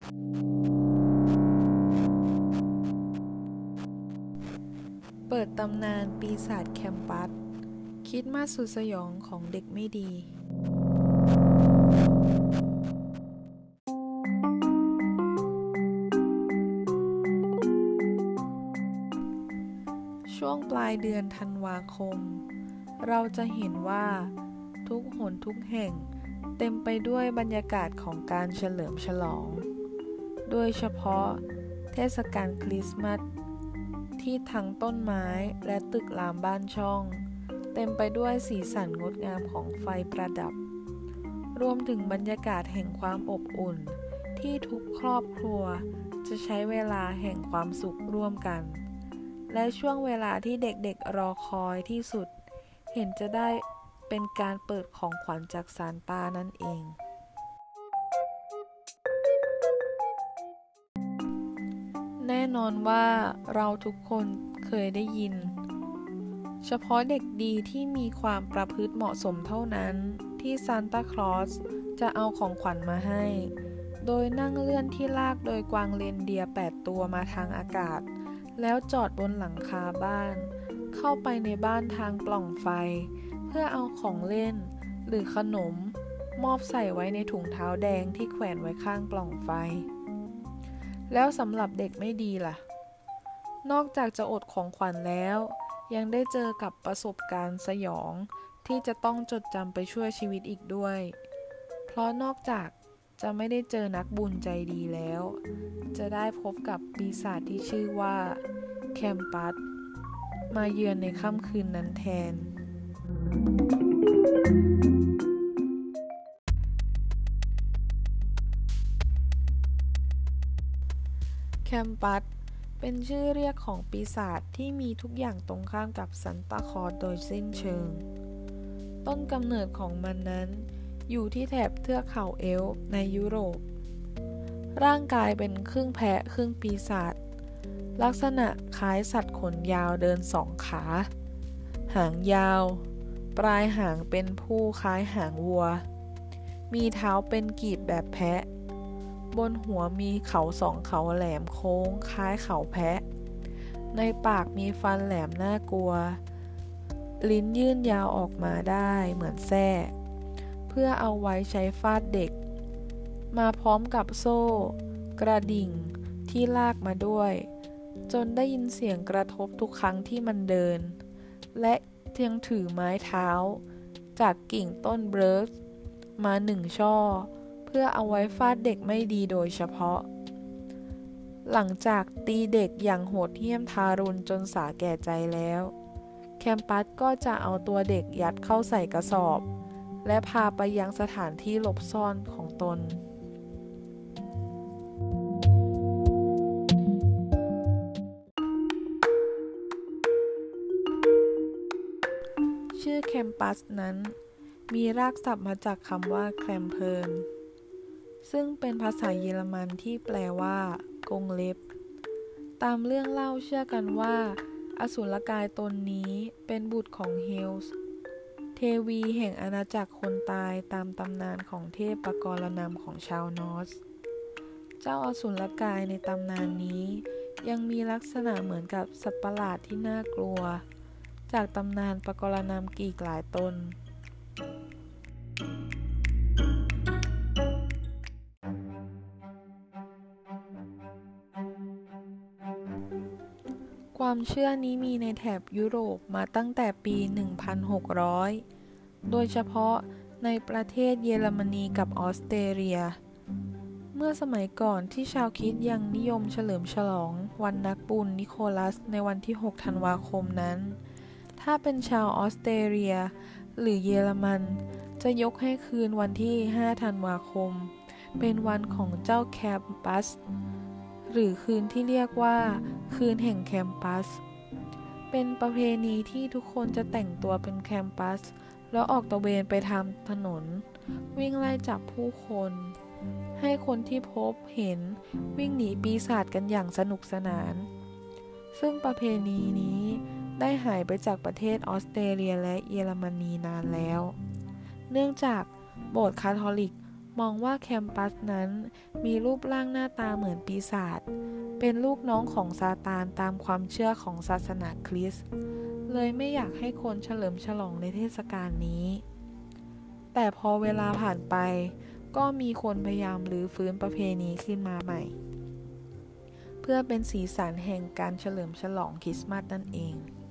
เปิดตำนานปีศาจแคมปัสคริสต์มาสสุดสยองของเด็กไม่ดี ช่วงปลายเดือนธันวาคมเราจะเห็นว่าทุกหนทุกแห่งเต็มไปด้วยบรรยากาศของการเฉลิมฉลองโดยเฉพาะเทศกาลคริสต์มาสที่ทั้งต้นไม้และตึกรามบ้านช่องเต็มไปด้วยสีสันงดงามของไฟประดับรวมถึงบรรยากาศแห่งความอบอุ่นที่ทุกครอบครัวจะใช้เวลาแห่งความสุขร่วมกันและช่วงเวลาที่เด็กๆรอคอยที่สุดเห็นจะได้เป็นการเปิดของขวัญจากซานต้านั่นเองแน่นอนว่าเราทุกคนเคยได้ยินเฉพาะเด็กดีที่มีความประพฤติเหมาะสมเท่านั้นที่ซานตาคลอสจะเอาของขวัญมาให้โดยนั่งเลื่อนที่ลากโดยกวางเรนเดียร์8 ตัวมาทางอากาศแล้วจอดบนหลังคาบ้านเข้าไปในบ้านทางปล่องไฟเพื่อเอาของเล่นหรือขนมมอบใส่ไว้ในถุงเท้าแดงที่แขวนไว้ข้างปล่องไฟแล้วสำหรับเด็กไม่ดีล่ะนอกจากจะอดของขวัญแล้วยังได้เจอกับประสบการณ์สยองที่จะต้องจดจำไปช่วยชีวิตอีกด้วยเพราะนอกจากจะไม่ได้เจอนักบุญใจดีแล้วจะได้พบกับปีศาจที่ชื่อว่าแคมปัสมาเยือนในค่ำคืนนั้นแทนแคมปัสเป็นชื่อเรียกของปีศาจที่มีทุกอย่างตรงข้ามกับซานตาคลอสโดยสิ้นเชิงต้นกำเนิดของมันนั้นอยู่ที่แถบเทือกเขาเอลป์ในยุโรปร่างกายเป็นครึ่งแพะครึ่งปีศาจลักษณะคล้ายสัตว์ขนยาวเดิน2 ขาหางยาวปลายหางเป็นผู้คล้ายหางวัวมีเท้าเป็นกีบแบบแพะบนหัวมีเขา2 เขาแหลมโค้งคล้ายเขาแพะในปากมีฟันแหลมน่ากลัวลิ้นยื่นยาวออกมาได้เหมือนแส้เพื่อเอาไว้ใช้ฟาดเด็กมาพร้อมกับโซ่กระดิ่งที่ลากมาด้วยจนได้ยินเสียงกระทบทุกครั้งที่มันเดินและยังถือไม้เท้าจากกิ่งต้นเบิร์ชมา1 ช่อเพื่อเอาไว้ฟาดเด็กไม่ดีโดยเฉพาะหลังจากตีเด็กอย่างโหดเหี้ยมทารุณจนสาแก่ใจแล้วแคมปัสก็จะเอาตัวเด็กยัดเข้าใส่กระสอบและพาไปยังสถานที่หลบซ่อนของตนชื่อแคมปัสนั้นมีรากศัพท์มาจากคำว่าแคลมเพิร์นซึ่งเป็นภาษาเยอรมันที่แปลว่ากรงเล็บตามเรื่องเล่าเชื่อกันว่าอสูรกายตนนี้เป็นบุตรของเฮลส์เทวีแห่งอาณาจักรคนตายตามตำนานของเทพกรณำของชาวนอร์สเจ้าอสูรกายในตำนานนี้ยังมีลักษณะเหมือนกับสัตว์ประหลาดที่น่ากลัวจากตำนานปกรณำอีกหลายตนความเชื่อนี้มีในแถบยุโรปมาตั้งแต่ปี 1600 โดยเฉพาะในประเทศเยอรมนีกับออสเตรเลียเมื่อสมัยก่อนที่ชาวคริสต์ยังนิยมเฉลิมฉลองวันนักบุญนิโคลัสในวันที่ 6 ธันวาคมนั้นถ้าเป็นชาวออสเตรเลียหรือเยอรมันจะยกให้คืนวันที่ 5 ธันวาคมเป็นวันของเจ้าแคมปัสหรือคืนที่เรียกว่าคืนแห่งแคมปัสเป็นประเพณีที่ทุกคนจะแต่งตัวเป็นแคมปัสแล้วออกตระเวนไปทำถนนวิ่งไล่จับผู้คนให้คนที่พบเห็นวิ่งหนีปีศาจกันอย่างสนุกสนานซึ่งประเพณีนี้ได้หายไปจากประเทศออสเตรเลียและเยอรมนีนานแล้วเนื่องจากโบสถ์คาทอลิกมองว่าแคมปัสนั้นมีรูปร่างหน้าตาเหมือนปีศาจเป็นลูกน้องของซาตานตามความเชื่อของศาสนาคริสต์เลยไม่อยากให้คนเฉลิมฉลองในเทศกาลนี้แต่พอเวลาผ่านไปก็มีคนพยายามรื้อฟื้นประเพณีขึ้นมาใหม่เพื่อเป็นสีสันแห่งการเฉลิมฉลองคริสต์มาสนั่นเอง